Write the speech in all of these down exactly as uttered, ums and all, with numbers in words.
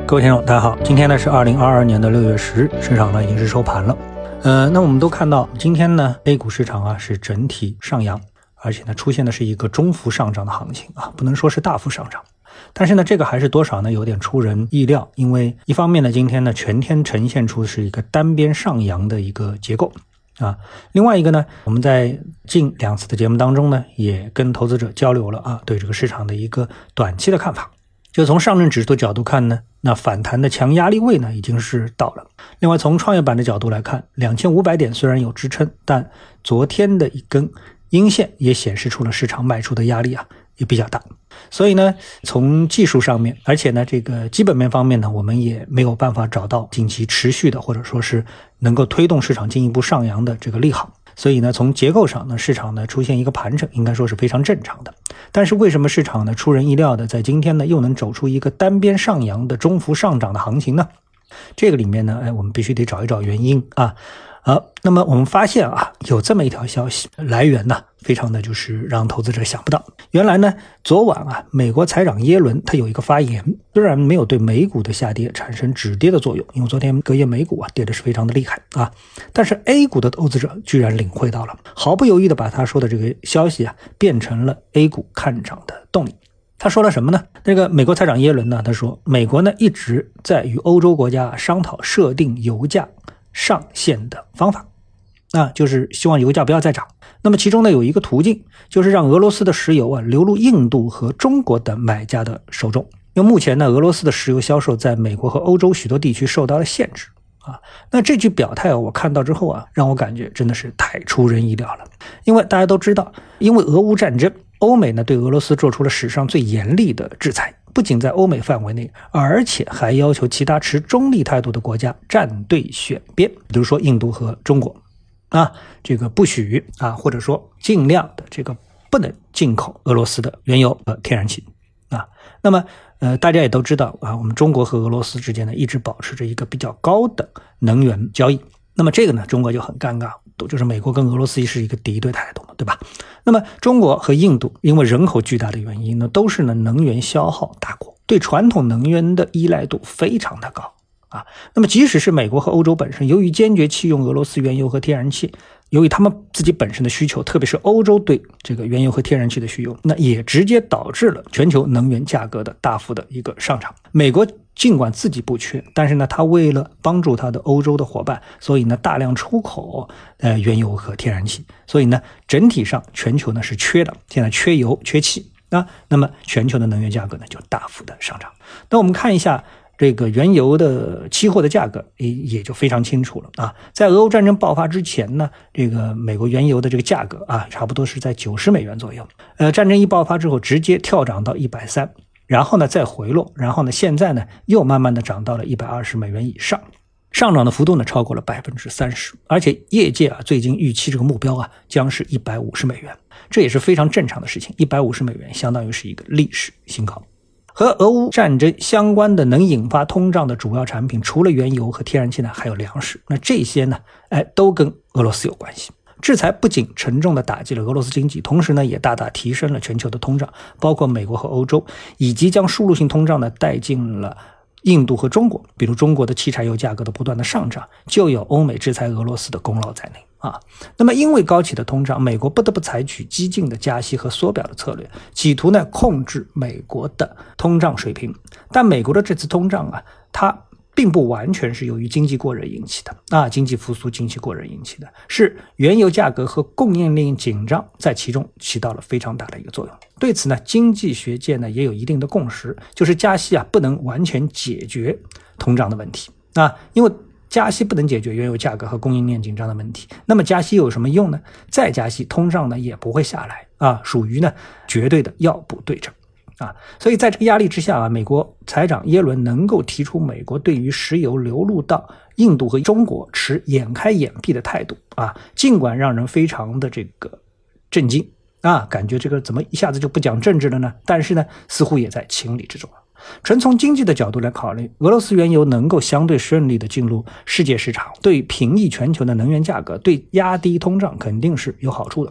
各位听众大家好，今天呢是二零二二年的六月十日，市场呢已经是收盘了。呃，那我们都看到今天呢 A 股市场啊是整体上扬，而且呢出现的是一个中幅上涨的行情啊，不能说是大幅上涨。但是呢这个还是多少呢有点出人意料，因为一方面呢今天呢全天呈现出是一个单边上扬的一个结构啊，另外一个呢我们在近两次的节目当中呢也跟投资者交流了啊，对这个市场的一个短期的看法。就从上证指数的角度看呢，那反弹的强压力位呢已经是到了。另外从创业板的角度来看，两千五百点虽然有支撑，但昨天的一根阴线也显示出了市场卖出的压力啊也比较大。所以呢从技术上面，而且呢这个基本面方面呢我们也没有办法找到近期持续的或者说是能够推动市场进一步上扬的这个利好。所以呢从结构上呢市场呢出现一个盘整应该说是非常正常的。但是为什么市场呢出人意料的在今天呢又能走出一个单边上扬的中幅上涨的行情呢？这个里面呢哎我们必须得找一找原因啊。好，那么我们发现啊有这么一条消息，来源呢非常的就是让投资者想不到。原来呢昨晚啊美国财长耶伦他有一个发言，虽然没有对美股的下跌产生止跌的作用，因为昨天隔夜美股啊跌的是非常的厉害啊，但是 A 股的投资者居然领会到了，毫不犹豫的把他说的这个消息啊变成了 A 股看涨的动力。他说了什么呢？这个美国财长耶伦呢他说美国呢一直在与欧洲国家商讨设定油价上限的方法，那就是希望油价不要再涨。那么其中呢有一个途径，就是让俄罗斯的石油啊流入印度和中国等买家的手中。因为目前呢俄罗斯的石油销售在美国和欧洲许多地区受到了限制啊。那这句表态啊我看到之后啊让我感觉真的是太出人意料了。因为大家都知道，因为俄乌战争，欧美呢对俄罗斯做出了史上最严厉的制裁，不仅在欧美范围内，而且还要求其他持中立态度的国家站队选边，比如说印度和中国啊，这个不许啊，或者说尽量的这个不能进口俄罗斯的原油和天然气啊。那么呃，大家也都知道啊，我们中国和俄罗斯之间呢一直保持着一个比较高的能源交易。那么这个呢中国就很尴尬，就是美国跟俄罗斯是一个敌对态度嘛，对吧？那么中国和印度因为人口巨大的原因呢，都是呢能源消耗大国，对传统能源的依赖度非常的高啊。那么即使是美国和欧洲本身，由于坚决弃用俄罗斯原油和天然气，由于他们自己本身的需求，特别是欧洲对这个原油和天然气的需求，那也直接导致了全球能源价格的大幅的一个上涨。美国尽管自己不缺，但是呢他为了帮助他的欧洲的伙伴，所以呢大量出口呃原油和天然气，所以呢整体上全球呢是缺的，现在缺油缺气啊，那么全球的能源价格呢就大幅的上涨。那我们看一下这个原油的期货的价格也就非常清楚了啊。在俄乌战争爆发之前呢，这个美国原油的这个价格啊差不多是在九十美元左右，呃战争一爆发之后直接跳涨到一百三十，然后呢再回落，然后呢现在呢又慢慢的涨到了一百二十美元以上，上涨的幅度呢超过了 百分之三十， 而且业界啊最近预期这个目标啊将是一百五十美元，这也是非常正常的事情，一百五十美元相当于是一个历史新高。和俄乌战争相关的能引发通胀的主要产品，除了原油和天然气呢还有粮食，那这些呢哎都跟俄罗斯有关系。制裁不仅沉重地打击了俄罗斯经济，同时呢也大大提升了全球的通胀，包括美国和欧洲，以及将输入性通胀呢带进了印度和中国。比如中国的汽柴油价格的不断的上涨，就有欧美制裁俄罗斯的功劳在内啊。那么因为高企的通胀，美国不得不采取激进的加息和缩表的策略，企图呢控制美国的通胀水平。但美国的这次通胀啊，它并不完全是由于经济过热引起的啊，经济复苏、经济过热引起的，是原油价格和供应链紧张在其中起到了非常大的一个作用。对此呢，经济学界呢也有一定的共识，就是加息啊不能完全解决通胀的问题啊，因为加息不能解决原油价格和供应链紧张的问题，那么加息有什么用呢？再加息，通胀呢也不会下来啊，属于呢绝对的要补对称。啊，所以在这个压力之下啊，美国财长耶伦能够提出美国对于石油流入到印度和中国持眼开眼闭的态度啊，尽管让人非常的这个震惊啊，感觉这个怎么一下子就不讲政治了呢？但是呢，似乎也在情理之中。纯从经济的角度来考虑，俄罗斯原油能够相对顺利的进入世界市场，对平抑全球的能源价格，对压低通胀肯定是有好处的。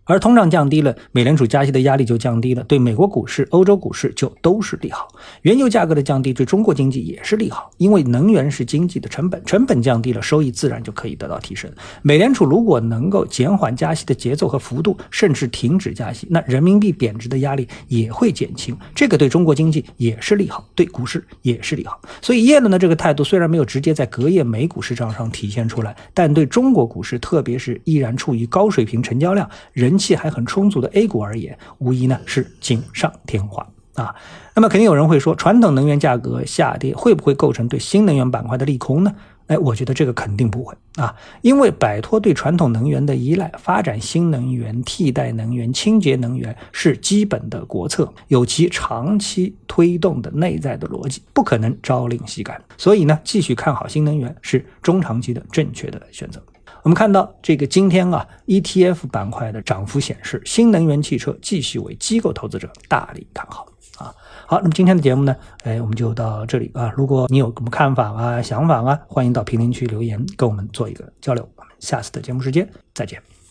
而通胀降低了，美联储加息的压力就降低了，对美国股市、欧洲股市就都是利好。原油价格的降低对中国经济也是利好，因为能源是经济的成本，成本降低了，收益自然就可以得到提升。美联储如果能够减缓加息的节奏和幅度，甚至停止加息，那人民币贬值的压力也会减轻，这个对中国经济也是利好，对股市也是利好。所以耶伦的这个态度虽然没有直接在隔夜美股市场上体现出来，但对中国股市，特别是依然处于高水平成交量、人气还很充足的 A 股而言，无疑呢是锦上添花啊。那么肯定有人会说，传统能源价格下跌会不会构成对新能源板块的利空呢？哎，我觉得这个肯定不会啊，因为摆脱对传统能源的依赖，发展新能源、替代能源、清洁能源是基本的国策，有其长期推动的内在的逻辑，不可能朝令夕改。所以呢，继续看好新能源是中长期的正确的选择。我们看到这个今天啊 E T F 板块的涨幅显示，新能源汽车继续为机构投资者大力看好啊。好，那么今天的节目呢，哎，我们就到这里啊。如果你有什么看法啊、想法啊，欢迎到评论区留言跟我们做一个交流。我们下次的节目时间再见。